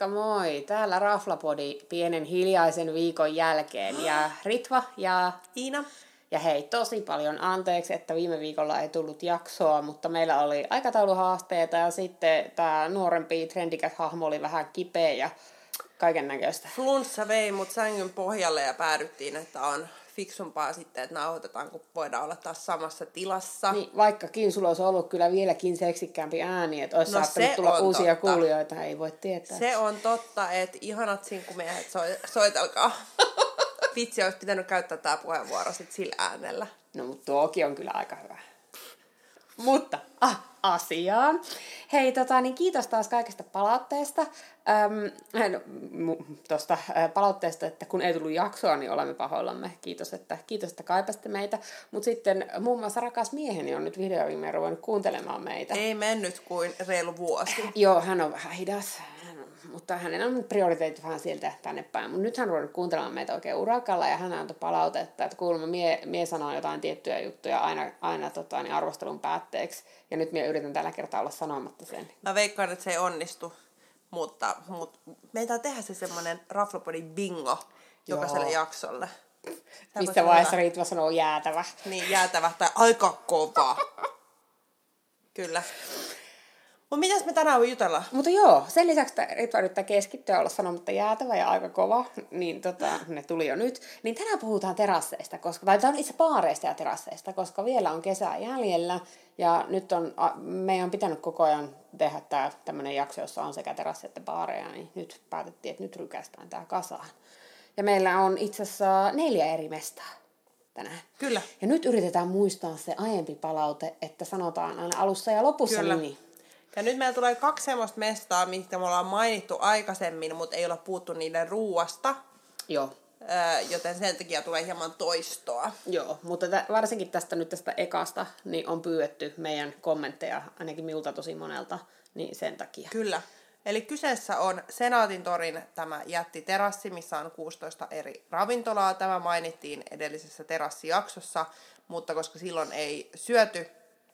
Moikka moi! Täällä Raflapodi pienen hiljaisen viikon jälkeen. Ja Ritva ja Iina. Ja hei, tosi paljon anteeksi, että viime viikolla ei tullut jaksoa, mutta meillä oli aikatauluhaasteita ja sitten tämä nuorempi trendikäs hahmo oli vähän kipeä ja kaiken näköistä. Flunssa vei mut sängyn pohjalle ja päädyttiin, että on fiksumpaa sitten, että nauhoitetaan, kun voidaan olla taas samassa tilassa. Niin, vaikkakin sulla olisi ollut kyllä vieläkin seksikkäämpi ääni, että olisi saattanut tulla uusia totta. Kuulijoita, ei voi tietää. Se on totta, että ihanat sinkkumiehet, soitelkaa. Vitsi, olisi pitänyt käyttää tämä puheenvuoro sitten sillä äänellä. No, mutta tuokin on kyllä aika hyvä. Mutta asiaan. Hei, niin kiitos taas kaikesta palautteesta. Tuosta palautteesta, että kun ei tullut jaksoa, niin olemme pahoillamme. Kiitos, että kaipasitte meitä. Mutta sitten muun muassa rakas mieheni on nyt videoviimeen ruvennut kuuntelemaan meitä. Ei mennyt kuin reilu vuosi. Joo, hän on vähän hidas. Mutta hänen on prioriteetit vähän sieltä tänne päin. Mutta nyt hän on ruvennut kuuntelemaan meitä oikein urakalla ja hän antoi palautetta, että kuulemma mie sanoo jotain tiettyjä juttuja aina arvostelun päätteeksi. Ja nyt mie yritän tällä kertaa olla sanomatta sen. Mä veikkaan, että se ei onnistu, mutta meitä tehdä se semmoinen Raflapodin bingo jokaiselle jaksolle. Missä vaiheessa Ritva sanoo jäätävä. Niin, jäätävä tai aika kova. Kyllä. Mutta mitäs me tänään jutellaan? Mutta joo, sen lisäksi, että Ritva yrittää keskittyä olla sanomatta jäätävä ja aika kova, niin ne tuli jo nyt. Niin tänään puhutaan terasseista, tai tämä on itse baareista ja terasseista, koska vielä on kesää jäljellä. Ja nyt meidän on pitänyt koko ajan tehdä tämmöinen jakso, jossa on sekä terassi että baareja, niin nyt päätettiin, että nyt rykästään tämä kasaan. Ja meillä on itse asiassa 4 eri mestaa tänään. Kyllä. Ja nyt yritetään muistaa se aiempi palaute, että sanotaan aina alussa ja lopussa Kyllä. nimi. Ja nyt meillä tulee 2 semmoista mestaa, mitkä me ollaan mainittu aikaisemmin, mutta ei olla puhuttu niiden ruuasta. Joo. Joten sen takia tulee hieman toistoa. Joo, mutta varsinkin tästä ekasta niin on pyydetty meidän kommentteja, ainakin minulta tosi monelta, niin sen takia. Kyllä. Eli kyseessä on Senaatintorin tämä jättiterassi, missä on 16 eri ravintolaa. Tämä mainittiin edellisessä terassijaksossa, mutta koska silloin ei syöty,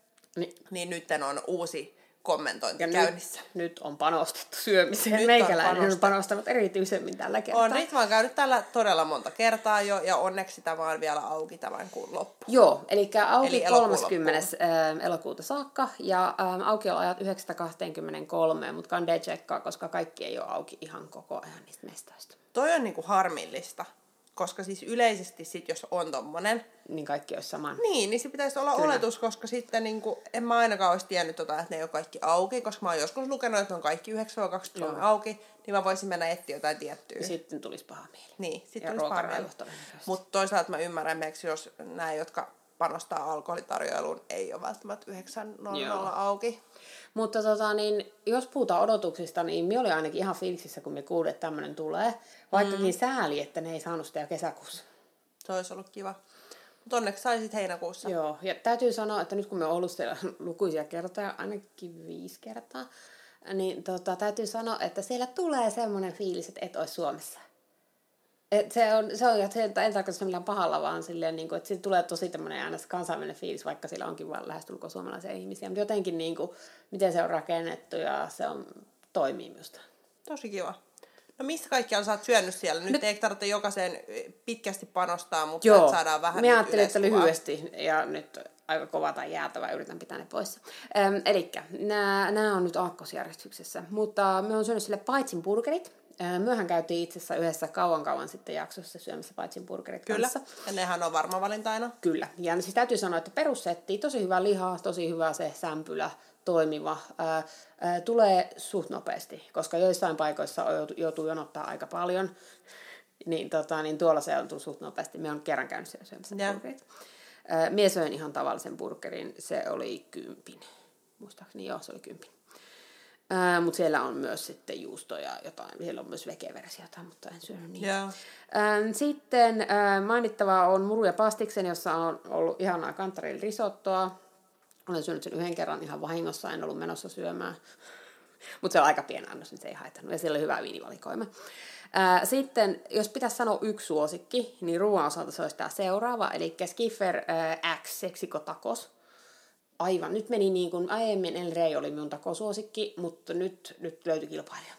niin nyt on uusi kommentointi käynnissä. Nyt on panostettu syömiseen. Meikäläinen on panostanut erityisemmin tällä kertaa. On, Ritva on käynyt tällä todella monta kertaa jo, ja onneksi tämä on vielä auki tämän kuun loppu. Joo, eli auki 30. elokuuta saakka, ja aukioloajat 9-23, mutta kandee tsekkaa, koska kaikki ei ole auki ihan koko ajan niistä mestoista. Toi on niinku harmillista. Koska siis yleisesti sit, jos on tommonen... Niin kaikki olisi saman. Niin se pitäisi olla oletus, koska sitten niinku, en mä ainakaan olisi tiennyt, että ne ei ole kaikki auki, koska mä oon joskus lukenut, että ne on kaikki 9-23 auki, niin mä voisin mennä etsiä jotain tiettyä. Sitten tulisi paha mieli. Niin, sitten tulisi paha mieli. Mutta toisaalta mä ymmärrän, että jos nämä, jotka panostaa alkoholitarjoiluun, ei ole välttämättä 9:00 auki. Mutta jos puhutaan odotuksista, niin minä olin ainakin ihan fiiliksissä, kun me kuulin, että tämmöinen tulee. Vaikkakin sääli, että ne ei saanut sitä jo kesäkuussa. Se olisi ollut kiva. Mutta onneksi saisit heinäkuussa. Joo, ja täytyy sanoa, että nyt kun me on ollut siellä lukuisia kertoja, ainakin 5 kertaa, niin täytyy sanoa, että siellä tulee semmoinen fiilis, että et olisi Suomessa. Se on en tarkoita millään pahalla, vaan silleen, niin kuin, että siitä tulee tosi tämmöinen äänestä kansainvälinen fiilis, vaikka siellä onkin vain lähestulkoon suomalaisia ihmisiä. Mutta jotenkin, niin kuin, miten se on rakennettu ja toimii minusta. Tosi kiva. No mistä kaikkiaan sä oot syönyt siellä? Nyt ei tarvitse jokaiseen pitkästi panostaa, mutta saadaan vähän minä ajattelin, että lyhyesti ja nyt aika kova tai jäätävä, yritän pitää ne poissa. Elikkä nämä on nyt aakkosjärjestyksessä, mutta me on syönyt sille Paitsin burgerit. Myöhän käytiin itse asiassa yhdessä kauan sitten jaksossa syömässä Paitsin burgerit kanssa. Kyllä, ja nehän on varma valinta aina. Kyllä, ja siis täytyy sanoa, että perussetti, tosi hyvä liha, tosi hyvä se sämpylä, toimiva, tulee suht nopeasti, koska joissain paikoissa joutuu jonottaa aika paljon, niin tuolla se on suht nopeasti. Me on kerran käynyt siellä syömässä burgerit. Mie söin ihan tavallisen burgerin, se oli 10. Muistaakseni se oli 10. Mutta siellä on myös sitten juustoja jotain, siellä on myös vegeversiota, mutta en syönyt niitä. Yeah. Sitten mainittavaa on muru ja pastiksen, jossa on ollut ihanaa kantarin risottoa. Olen syönyt sen 1 kerran ihan vahingossa, en ollut menossa syömään. Mutta se on aika pieni annos, niin se ei haitannut. Ja siellä oli hyvä viinivalikoima. Sitten, jos pitäisi sanoa 1 suosikki, niin ruoan osalta se olisi tämä seuraava. Eli Skiffer X Seksiko Tacos. Aivan, nyt meni niin kuin aiemmin El Rey oli minun takosuosikki, mutta nyt löytyi kilpailija.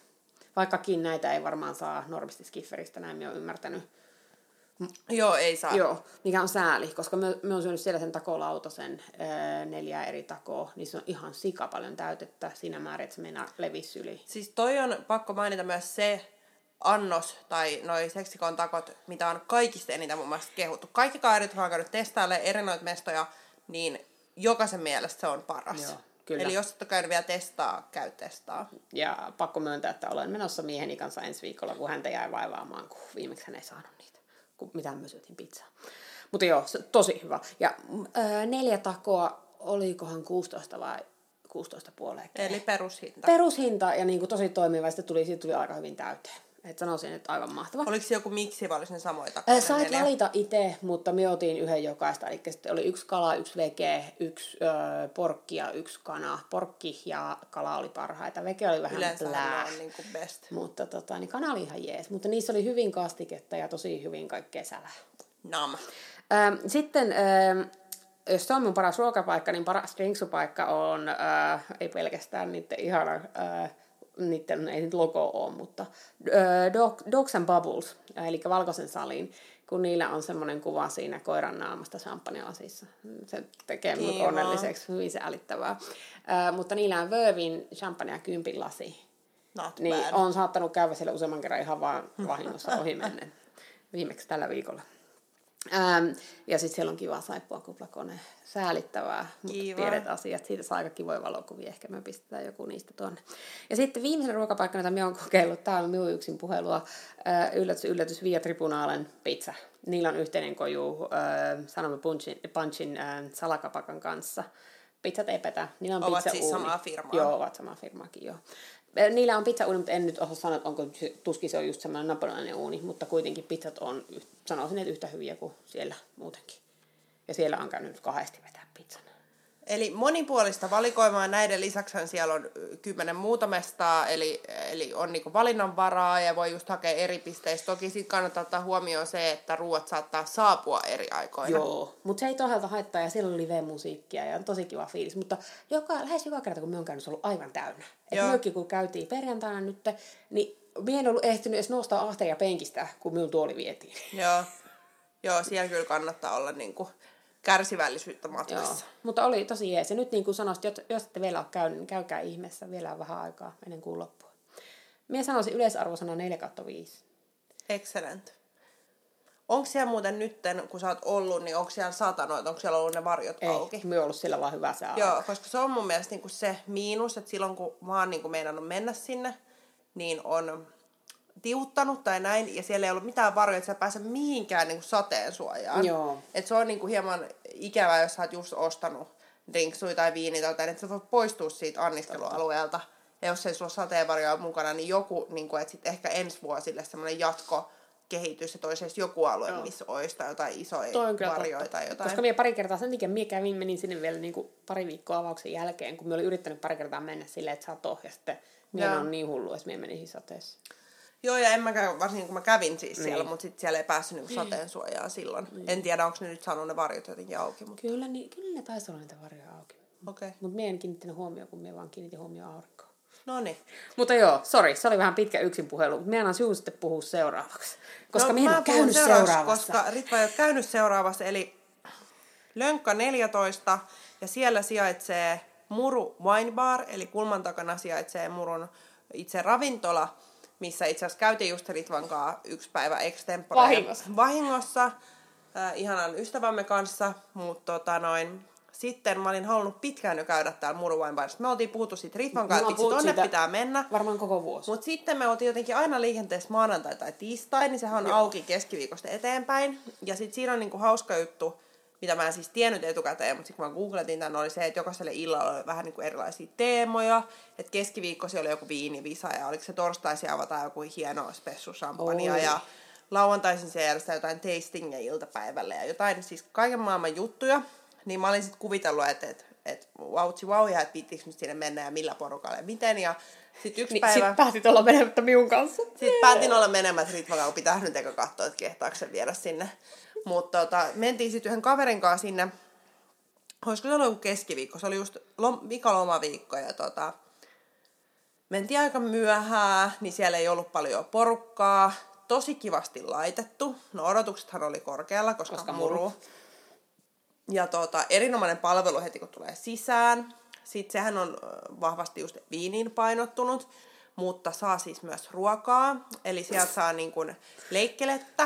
Vaikkakin näitä ei varmaan saa normisti Skifferistä, näin minä olen ymmärtänyt. Joo, ei saa. Joo, mikä on sääli, koska me on syönyt siellä sen takolautasen 4 eri takoa, niin se on ihan sika paljon täytettä siinä määrin, että se meinaa levisi yli. Siis toi on pakko mainita myös se annos, tai noi seksikon takot, mitä on kaikista eniten mun mielestä kehuttu. Kaikki kairit, kun on käynyt testailemaan eri noita mestoja, niin jokaisen mielestä se on paras. Joo, kyllä. Eli jos et ole käynyt vielä testaa, käy testaa. Ja pakko myöntää, että olen menossa mieheni kanssa ensi viikolla, kun häntä jäi vaivaamaan, kun viimeksi hän ei saanut niitä. Mitä me syötiin pizzaa. Mutta joo, se, tosi hyvä. Ja 4 takoa, olikohan 16 vai 16,5. Eli perushinta. Perushinta ja niin kuin tosi toimiva, siitä tuli aika hyvin täyteen. Et sanoisin, että aivan mahtava. Oliko se joku miksi vai olisi ne samoja takoja? Sait valita itse, mutta me otin yhden jokaista. Eli sitten oli 1 kala, 1 vege, 1 porkki ja 1 kana. Porkki ja kala oli parhaita. Vege oli vähän yleensä on niin kuin best. Mutta niin kana oli ihan jees. Mutta niissä oli hyvin kastiketta ja tosi hyvin kaikkea sälää. Nam. Sitten, jos se on mun paras ruokapaikka, niin paras drinksupaikka on, ei pelkästään niiden ihana, niiden ei nyt logo ole, mutta Dogs and Bubbles, eli valkoisen salin, kun niillä on semmoinen kuva siinä koiran naamasta champagnelasissa. Se tekee minut onnelliseksi, hyvin säälittävää. Mutta niillä on Vöövin champagne ja 10 lasi. Niin on saattanut käydä siellä useamman kerran ihan vaan vahingossa ohi mennen. Viimeksi tällä viikolla. Ja sitten siellä on kiva saippua kuplakone, säälittävää, mutta pienet asiat, siitä saa aika kivoja valokuvia, ehkä me pistetään joku niistä tuonne. Ja sitten viimeisen ruokapaikkana, jota minä olen kokeillut, tämä on minun yksin puhelua, yllätys Via Tribunalen pizza. Niillä on yhteinen koju Sanoma Punchin salakapakan kanssa. Pizzat ei petä, niillä on ovat pizzauuni. Siis samaa firmaa? Joo, ovat samaa firmaakin, joo. Niillä on pizzauuni, mutta en nyt osaa sanoa, että onko tuskin se on just semmoinen napolilainen uuni, mutta kuitenkin pizzat on, sanoisin, että yhtä hyviä kuin siellä muutenkin. Ja siellä on käynyt 2 vetää pizzan. Eli monipuolista valikoimaa, näiden lisäksi siellä on 10 muuta mestaa, eli on niinku valinnanvaraa ja voi just hakea eri pisteistä. Toki sitten kannattaa ottaa huomioon se, että ruuat saattaa saapua eri aikoina. Joo, mutta se ei toisaalta haittaa ja siellä oli live-musiikkia ja on tosi kiva fiilis. Mutta lähes joka kerta, kun me on käynyt, se on ollut aivan täynnä. Et myöskin kun käytiin perjantaina nyt, niin minä en ollut ehtinyt edes nostaa ahteria penkistä, kun minun tuoli vietiin. Joo, siellä kyllä kannattaa olla niinku kärsivällisyyttä matkassa. Joo, mutta oli tosi jees. Ja nyt niin kuin sanoisin, jos ette vielä ole käynyt, niin käykää ihmeessä. Vielä on vähän aikaa ennen kuin loppuu. Minä sanoisin yleisarvosana 4/5. Excellent. Onko siellä muuten nytten, kun sä oot ollut, niin onko siellä satanut, onko siellä ollut ne varjot auki? Ei, minä ollut siellä vaan hyvä se aika. Joo, koska se on mun mielestä niinku se miinus, että silloin kun mä oon niinku meinannut mennä sinne, niin on tiuttanut tai näin, ja siellä ei ollut mitään varjoja, että sä pääse mihinkään niinku sateen suojaan. Joo. Et se on niinku hieman ikävää, jos sä oot just ostanut drinksui tai viini tai että sä voit poistua siitä anniskelualueelta. Ja jos ei sulla sateenvarjoa mukana, niin joku, niinku, että sit ehkä ensi vuosille semmoinen jatkokehitys, että olisi edes joku alue, missä olisi tai jotain isoja varjoja tai jotain. Koska minä pari kertaa, sen minä menin sinne vielä niinku pari viikkoa avauksen jälkeen, kun minä olin yrittänyt pari kertaa mennä silleen, että satoi, ja sitten minä on niin hullu, että minä menin sateessa. Joo, ja en mäkään, varsinkin kun mä kävin siis siellä, mutta sitten siellä ei päässyt niinku sateen suojaan silloin. En tiedä, onko ne nyt saanut ne varjot jotenkin auki. Mutta Kyllä ne taisi olla niitä varjoja auki. Okay. Mutta minä en kiinnittänyt huomioon, kun minä vaan kiinnitin huomioon aurinkoon. Noniin. Mutta joo, sori, se oli vähän pitkä yksin puhelu, mutta minä annan sinun sitten puhua seuraavaksi. Koska minä en ole käynyt seuraavassa. Koska Ritva ei ole käynyt seuraavassa, eli Lönkka 14, ja siellä sijaitsee Muru Wine Bar, eli kulman takana sijaitsee Murun itse ravintola, missä itse asiassa käytiin just Ritvan kanssa 1 päivä extempore vahingossa ihanan ystävämme kanssa, mutta sitten mä olin halunnut pitkään jo käydä täällä Muru Wine Barissa. Me oltiin puhuttu siitä Ritvan kanssa, että tonne pitää mennä. Varmaan koko vuosi. Mutta sitten me oltiin jotenkin aina liikenteessä maanantai tai tiistai, niin sehän on auki keskiviikosta eteenpäin. Ja sitten siinä on niinku hauska juttu, mitä mä en siis tiennyt etukäteen, mutta sitten kun mä googletin tämän, oli se, että jokaiselle illalla oli vähän niinku erilaisia teemoja. Että keskiviikkosi oli joku viinivisa ja oliko se torstaisia avataan joku hieno spessusampania ja lauantaisin se järjestää jotain tastingia iltapäivälle ja jotain siis kaiken maailman juttuja. Niin mä olin sitten kuvitellut, että vautsi ja että viittiinkö nyt sinne mennä ja millä porukalla ja miten. Ja sitten yksi päivä... Sitten päätit olla menemättä minun kanssa. Sitten päätin olla menemättä Ritvan, pitää nyt eka katsoa, että kehtaako se viedä sinne. Mutta mentiin sitten yhden kaverin kanssa sinne. Olisiko se ollut joku keskiviikko? Se oli just vika-lomaviikko ja mentiin aika myöhään, niin siellä ei ollut paljon porukkaa. Tosi kivasti laitettu. No odotuksethan oli korkealla, koska muru. Ja erinomainen palvelu heti, kun tulee sisään. Sitten sehän on vahvasti just viiniin painottunut, mutta saa siis myös ruokaa. Eli sieltä saa niin kuin leikkelettä.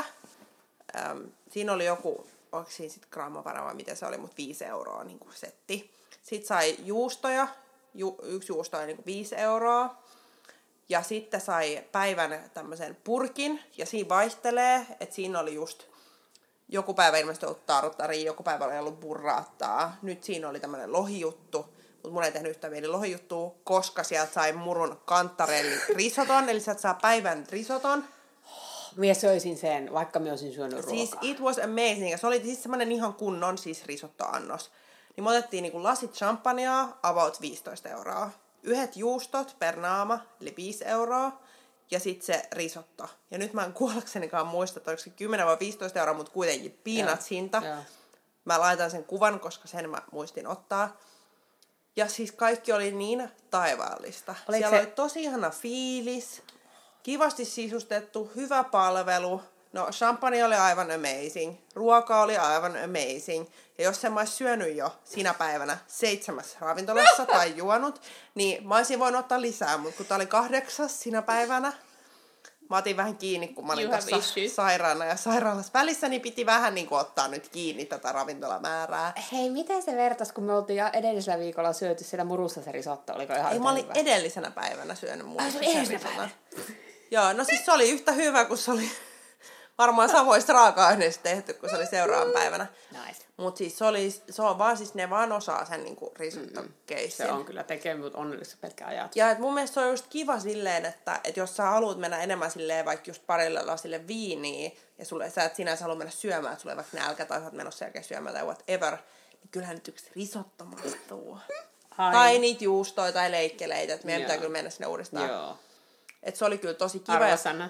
Siinä oli joku, onko siinä sitten grammavara vai miten se oli, mutta 5 euroa niin kuin setti. Sitten sai juustoja. Yksi juusto oli niin kuin 5 euroa. Ja sitten sai päivän tämmöisen purkin. Ja siinä vaihtelee, että siinä oli just joku päivä ilmeisesti ollut tartari, joku päivä oli ollut burraattaa. Nyt siinä oli tämmöinen lohijuttu. Mutta mun ei tehnyt yhtään mieli lohijuttua, koska sieltä sai murun kantarelli risoton. Eli sieltä saa päivän risoton. Mie söisin sen, vaikka minä olisin syönyt ruokaa. Siis it was amazing. Ja se oli siis semmoinen ihan kunnon siis risottoannos. Niin me otettiin niinku lasit champagnea, about 15 euroa. 1 juustot per naama, eli 5 euroa. Ja sitten se risotto. Ja nyt mä en kuollaksenikaan muista, että oliko se 10 vai 15 euroa, mutta kuitenkin peanuts hinta. Mä laitan sen kuvan, koska sen mä muistin ottaa. Ja siis kaikki oli niin taivaallista. Siellä oli tosi ihana fiilis, kivasti sisustettu, hyvä palvelu. No, champagne oli aivan amazing. Ruoka oli aivan amazing. Ja jos sen mä ois syönyt jo sinä päivänä 7 ravintolassa tai juonut, niin mä olisin voinut ottaa lisää. Mutta kun tää oli 8 sinä päivänä, mä otin vähän kiinni, kun mä olin tuossa sairaana ja sairaalassa välissä, niin piti vähän niin kuin ottaa nyt kiinni tätä ravintolamäärää. Hei, miten se vertas, kun me oltiin edellisellä viikolla syöty siellä murussa se risotto? Oliko ihan Ei, mä olin edellisenä päivänä syönyt murussa se risotto. Joo, no siis se oli yhtä hyvä, kun se oli varmaan samoista raaka-aineista tehty, kun se oli seuraavan päivänä. Nice. Mutta siis se on vaan, siis ne vaan osaa sen niinku risottokeissin. Se on kyllä tekee mut onnellista pelkkä ajatus. Ja et mun mielestä se on just kiva silleen, että jos sä haluat mennä enemmän silleen vaikka just parille lasille viiniä, ja sä et sinänsä halua mennä syömään, että sulle ei vaikka nälkä tai sä oot menossa jälkeen syömään tai whatever, niin kyllähän nyt yksi risotto maistuu. Tai niitä juustoja tai leikkeleitä, että meidän pitää kyllä mennä sinne uudestaan. Joo. Et se oli kyllä tosi kiva. Arvosana.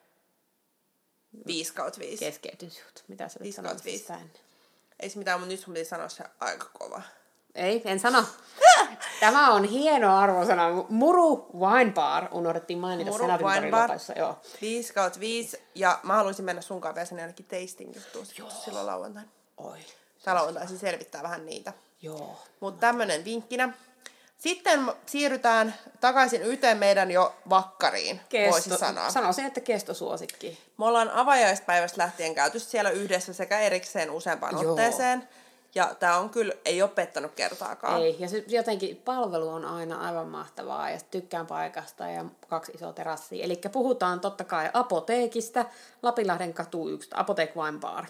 5/5. Keskeytys. Mitä sä nyt sanoit? 5/5. Ei se mitään, mutta nyt sun piti sanoa se aika kova. Ei, en sano. Tämä on hieno arvosana. Muru Wine Bar. Unohdettiin mainita Senaatin torin lopaissa. 5/5. Ja mä haluaisin mennä sunkaan vielä sen ainakin tasting juttuun silloin lauantaina. Oi. Tää lauantaisin selvittää vähän niitä. Joo. Mutta tämmönen vinkkinä. Sitten siirrytään takaisin yhteen meidän jo vakkariin, voisi sanoa. Sanoisin, että kestosuosikki. Me ollaan avajaispäivästä lähtien käyty siellä yhdessä sekä erikseen useampaan otteeseen. Ja tää on kyllä, ei ole pettanut kertaakaan. Ei, ja jotenkin palvelu on aina aivan mahtavaa, ja tykkään paikasta, ja 2 isoa terassia. Eli puhutaan totta kai Apoteekista, Lapinlahden katu 1, Apotek Wine Bar.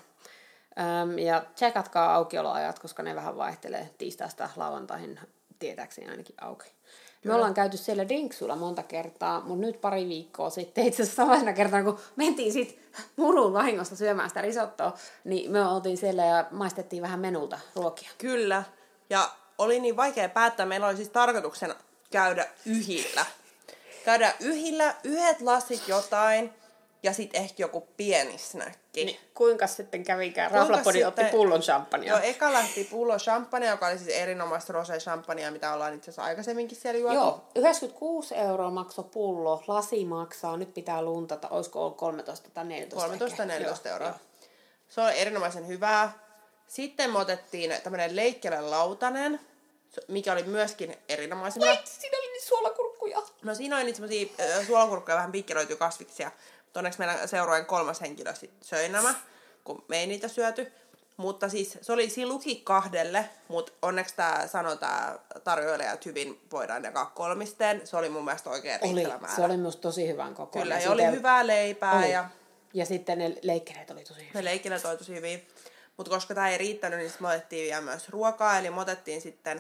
Ja tsekatkaa aukioloajat, koska ne vähän vaihtelee tiistaista lauantaihin, tietääkseni ainakin auki. Me ollaan käyty siellä Dinksulla monta kertaa, mutta nyt pari viikkoa sitten, itse asiassa samana kertaa, kun mentiin sitten Murun vahingosta syömään sitä risottoa, niin me oltiin siellä ja maistettiin vähän menulta ruokia. Kyllä, ja oli niin vaikea päättää. Meillä oli siis tarkoituksena käydä yhillä. Käydä yhillä, 1 lasit jotain, ja sitten ehkä joku pieni snäkki. Niin, kuinka sitten kävikään? Raflapodi otti pullon champagnea. Joo, eka lähti pullon champagnea, joka oli siis erinomaista rosé champagnea, mitä ollaan itse asiassa aikaisemminkin siellä juotu. Joo, 96 € maksoi pullo, lasi maksaa, nyt pitää luntata, olisiko ollut 13 tai 14 13-14 euroa. Se oli erinomaisen hyvää. Sitten me otettiin tämmönen leikkelelautanen, mikä oli myöskin erinomaisen hyvä. Siinä oli niitä suolakurkkuja. No siinä oli niitä semmosia suolakurkkuja, vähän pikkeloituja kasviksia. Onneksi meidän seuraajan 3. henkilö söi nämä, kun me ei niitä syöty. Mutta siis se oli siinä luki 2, mutta onneksi tää sanoi tää tarjoilija, että hyvin voidaan jakaa 3. Se oli mun mielestä oikein riittävä määrä. Se oli myös tosi hyvän kokoinen. Kyllä, ja oli hyvää leipää. Oli. Ja sitten ne leikkeleet oli tosi hyviä. Ne leikkeleet oli tosi hyviä. Mutta koska tää ei riittänyt, niin me otettiin vielä myös ruokaa. Eli me otettiin sitten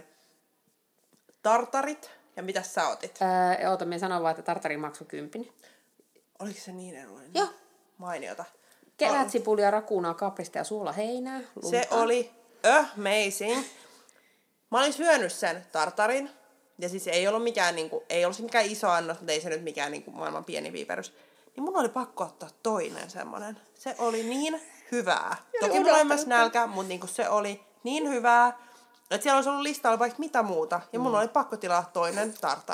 tartarit. Ja mitäs sä otit? Oota, minä sanon vaan, että tartarin maksoi 10. Oliko se niin edullinen? Joo. Mainiota. Kevätsipulia, rakuunaa, kaprista ja suolaheinää. Luntaa. Se oli amazing. Mä olin syönyt sen tartarin. Ja siis ei ollut mikään, ei ollut mikään iso annos, mutta ei se nyt mikään maailman pieni viiperys. Niin mun oli pakko ottaa toinen semmonen. Se oli niin hyvää. Toki mulla oli myös nälkä, mutta se oli niin hyvää. Että siellä olisi ollut listalla vaikka mitä muuta. Ja mun oli pakko tilaa toinen tartar.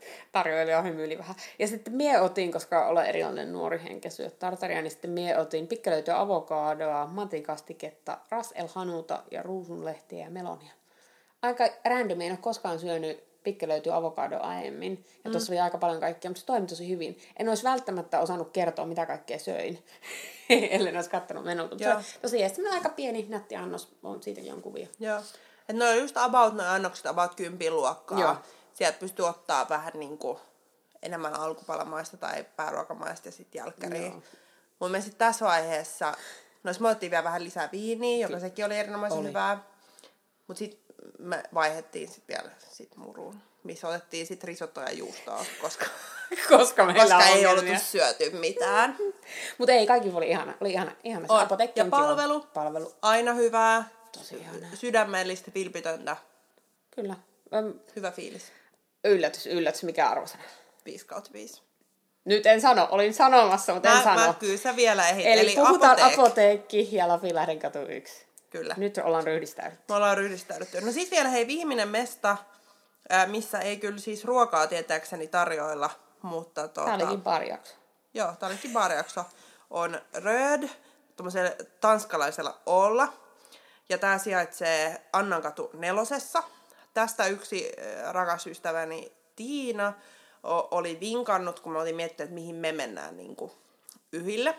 Tarjoilija hymyili vähän. Ja sitten mie otin, koska olen erilainen nuori henke syö tartaria, niin sitten mie otin pikkelöityä avokadoa, matikastiketta, ras el hanuta ja ruusunlehtiä ja melonia. Aika random, en ole koskaan syönyt pikkelöityä avokadoa aiemmin. Ja tuossa oli aika paljon kaikkea, mutta se toimi tosi hyvin. En olisi välttämättä osannut kertoa, mitä kaikkea söin, ellen olisi katsonut menulta. Mutta tosiaan semmoinen aika pieni, nätti annos, on siitä jonkun kuvia. Joo. Että ne on just about, ne annokset about 10 luokkaa. Joo. Sieltä pystyy ottaa vähän niinku enemmän alkupalamaista tai pääruokamaista ja sitten jälkkäriä. Mun mielestä tässä vaiheessa, no me otettiin vielä vähän lisää viiniä, joka sekin oli erinomaisen hyvää. Mutta sitten me vaihdettiin sitten vielä muruun, missä otettiin sitten risottoa ja juustoa, koska ei ollut syöty mitään. Mutta ei, kaikki oli ihana. Oli ihana. Ja palvelu. Aina hyvää. Tosi ihana. Sydämellistä, vilpitöntä. Kyllä. Hyvä fiilis. Yllätys, mikä arvosana? 5/5. Nyt en sano, olin sanomassa, mutta en sano. Kyllä sä vielä ehdit. Eli puhutaan Apoteekki ja Lapinlahden katu 1. Kyllä. Nyt ollaan ryhdistäydytty. Me ollaan ryhdistäydytty. No siis vielä viimeinen mesta, missä ei kyllä siis ruokaa tietääkseni tarjoilla, mutta Tää olikin baarijakso. Joo, tää olikin baarijakso. On Röd, tuommoisella tanskalaisella olla. Ja tää sijaitsee Annankatu 4. Tästä yksi rakas ystäväni Tiina oli vinkannut, kun me oltiin miettinyt, että mihin me mennään niin kuin yhille.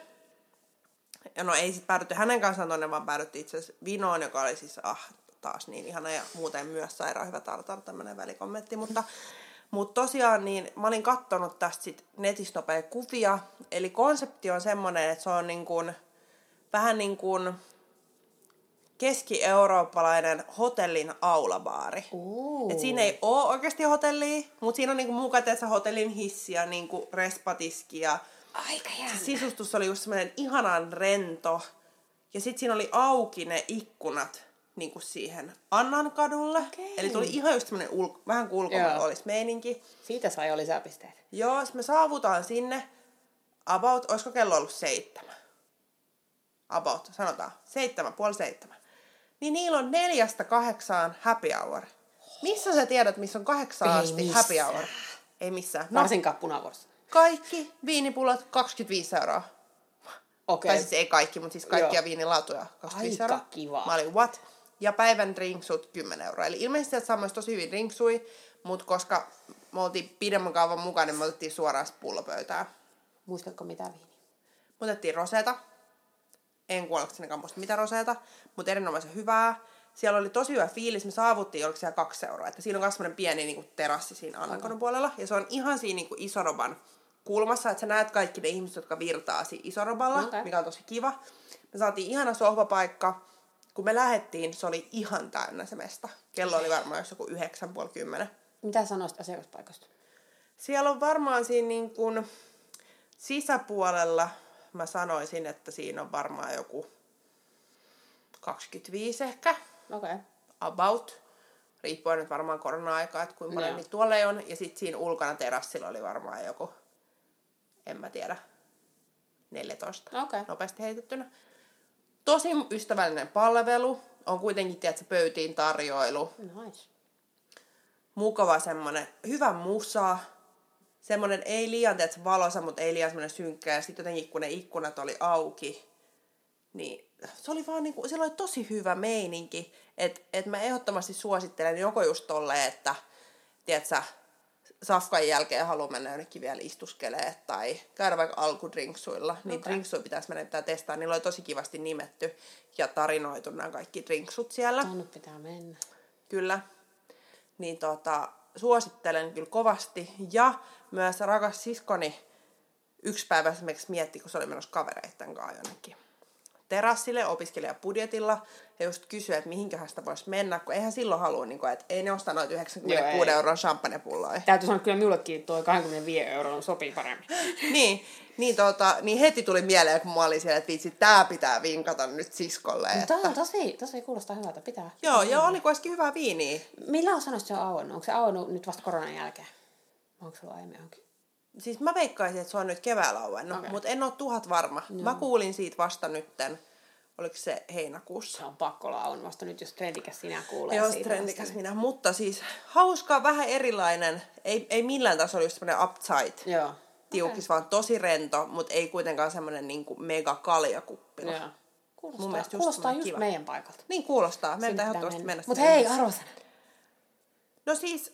Ja no ei sit päädytty hänen kanssaan tonne, vaan päädyttiin itse asiassa Vinoon, joka oli siis taas niin ihana ja muuten myös sairaan hyvä tartar, tämmönen välikommentti. Mutta tosiaan niin mä olin kattonut tästä sit netistä nopea kuvia. Eli konsepti on semmonen, että se on niin kuin, vähän niin kuin keski-eurooppalainen hotellin aulabaari. Et siinä ei ole oikeasti hotellia, mutta siinä on niinku mukateessa hotellin hissi ja niinku respatiski. Ja aika jännä. Sisustus oli just semmoinen ihanan rento. Ja sitten siinä oli auki ne ikkunat niinku siihen Annankadulle. Okay. Eli tuli ihan just semmoinen vähän kuin ulkomailla olisi meininki. Siitä sai jo lisäpisteet. Joo, sitten me saavutaan sinne about, olisiko kello ollut 7? About, sanotaan. 7:30. Niin niillä on 4-8 happy hour. Missä sä tiedät, missä on 8 asti happy hour? Ei missään. No, varsinkaan punavuorossa. kaikki viinipullot 25 €. Okei. Tai siis ei kaikki, mutta siis kaikkia viinilaatuja 25 €. Aika kiva. Mä olin what? Ja päivän drinksut 10 €. Eli ilmeisesti sieltä saa myös tosi hyvin drinksui, mutta koska me oltiin pidemmän kaavan mukaan, niin me otettiin suoraan pullopöytään. Muistatko mitä viiniä? Me otettiin roseta. En kuollaksenikaan muista mitä roseeta, mutta erinomaisen hyvää. Siellä oli tosi hyvä fiilis. Me saavuttiin, oliko siellä 2 €. Että siinä on myös semmoinen pieni niin kuin terassi siinä Annankodon puolella. Ja se on ihan siinä niin kuin Isoroban kulmassa, että sä näet kaikki ne ihmiset, jotka virtaa siinä Isoroballa, mikä on tosi kiva. Me saatiin ihana sohvapaikka. Kun me lähdettiin, se oli ihan täynnä se mesta. Kello oli varmaan joku 9:30. Mitä sanoisit asiakaspaikasta? Siellä on varmaan siinä niin kuin sisäpuolella, mä sanoisin, että siinä on varmaan joku 25 ehkä. Okei. About. Riippuen nyt varmaan korona-aikaa, että kuinka paljon niitä tuolla on. Ja sitten siinä ulkona terassilla oli varmaan joku, en mä tiedä, 14. Okei. Nopeasti heitettynä. Tosi ystävällinen palvelu. On kuitenkin, tiedätkö, pöytiin tarjoilu. Nice. Mukava semmonen, hyvä musa. Semmonen ei liian, tiedätkö, valoisa, mutta ei liian semmonen synkkä. Ja sitten jotenkin, kun ne ikkunat oli auki, niin se oli vaan niinku, siellä oli tosi hyvä meininki. Että mä ehdottomasti suosittelen joko just tolleen, että tiedätkö, safkan jälkeen haluaa mennä jonnekin vielä istuskelee tai käydä vaikka alkudrinksuilla. Niin drinksuja pitäisi mennä testaa. Niillä oli tosi kivasti nimetty ja tarinoitu nämä kaikki drinksut siellä. Tonne pitää mennä. Kyllä. Niin suosittelen kyllä kovasti. Ja myös rakas siskoni yksi päivä esimerkiksi mietti, kun se oli menossa kavereitten kanssa jonnekin terassille opiskelijabudjetilla ja just kysyi, että mihinköhän sitä voisi mennä, kun eihän silloin halua, niin kuin, että ei ne osta noita 96 € champagnepulloja. Täytyy sanoa, että kyllä minullekin tuo 25 € sopii paremmin. niin heti tuli mieleen, kun mä olin siellä, että vitsi, tää pitää vinkata nyt siskolle. Mutta on tosi kuulostaa hyvältä, pitää. Joo, ja oli kuitenkin hyvää viiniä. Milloin sanoisit, että se on auennut? Onko se auennut nyt vasta koronan jälkeen? Onko se ollut aiemmin auki? Siis mä veikkaisin, että se on nyt keväällä auennut, mutta en ole 1000 varma. Mä kuulin siitä vasta nytten, oliko se heinäkuussa. Se on pakko olla, on vasta nyt, jos trendikäs sinä kuulee Joo, siitä. trendikäs minä, mutta siis hauska, vähän erilainen, ei millään tasolla just semmoinen upside. Joo. Tiukis, vaan tosi rento, mutta ei kuitenkaan semmoinen niinku mega kaljakuppila. Joo. Kuulostaa just kiva. meidän paikalta. Niin kuulostaa. Meidän ehdottomasti mennä. Mutta hei, arvosana. No siis,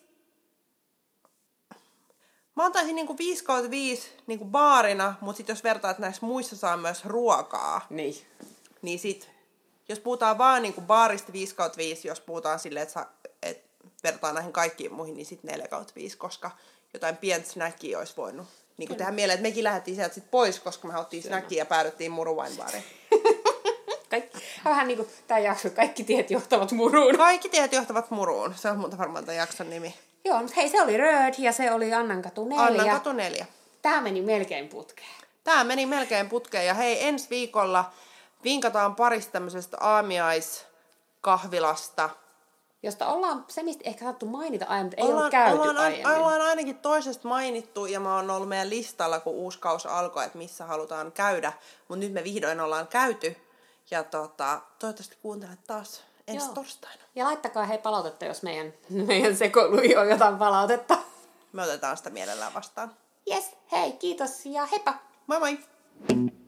mä antaisin niinku 5/5 niinku baarina, mutta sit jos vertaat, että näissä muissa saa myös ruokaa, niin sit, jos puhutaan vaan niinku baarista 5/5, jos puhutaan silleen, että vertaan näihin kaikkiin muihin, niin sit 4/5, koska jotain pientä snackia olisi voinut niinku tehdä mieleen, että mekin lähdettiin sieltä sit pois, koska me haluttiin snackia ja päädyttiin Muruwain-baariin. Vähän niin kuin tämä jakso, kaikki tiet johtavat Muruun. Kaikki tiet johtavat Muruun. Se on muuta varmaan tämän jakson nimi. Joo, mutta hei, se oli Röd ja se oli Annankatu 4. Annankatu 4. Tämä meni melkein putkeen. Tämä meni melkein putkeen. Ja hei, ensi viikolla vinkataan parista tämmöisestä aamiaiskahvilasta. Josta ollaan se, mistä ehkä saattu mainita aiemmin, mutta ei ole käyty aiemmin. Ollaan ainakin toisesta mainittu ja mä oon ollut meidän listalla, kun uusi kausi alkoi, että missä halutaan käydä. Mutta nyt me vihdoin ollaan käyty. Ja toivottavasti kuuntelet taas ensi torstaina. Ja laittakaa hei palautetta, jos meidän sekoiluihin on jotain palautetta. Me otetaan sitä mielellään vastaan. Yes, hei, kiitos ja heippa! Moi moi!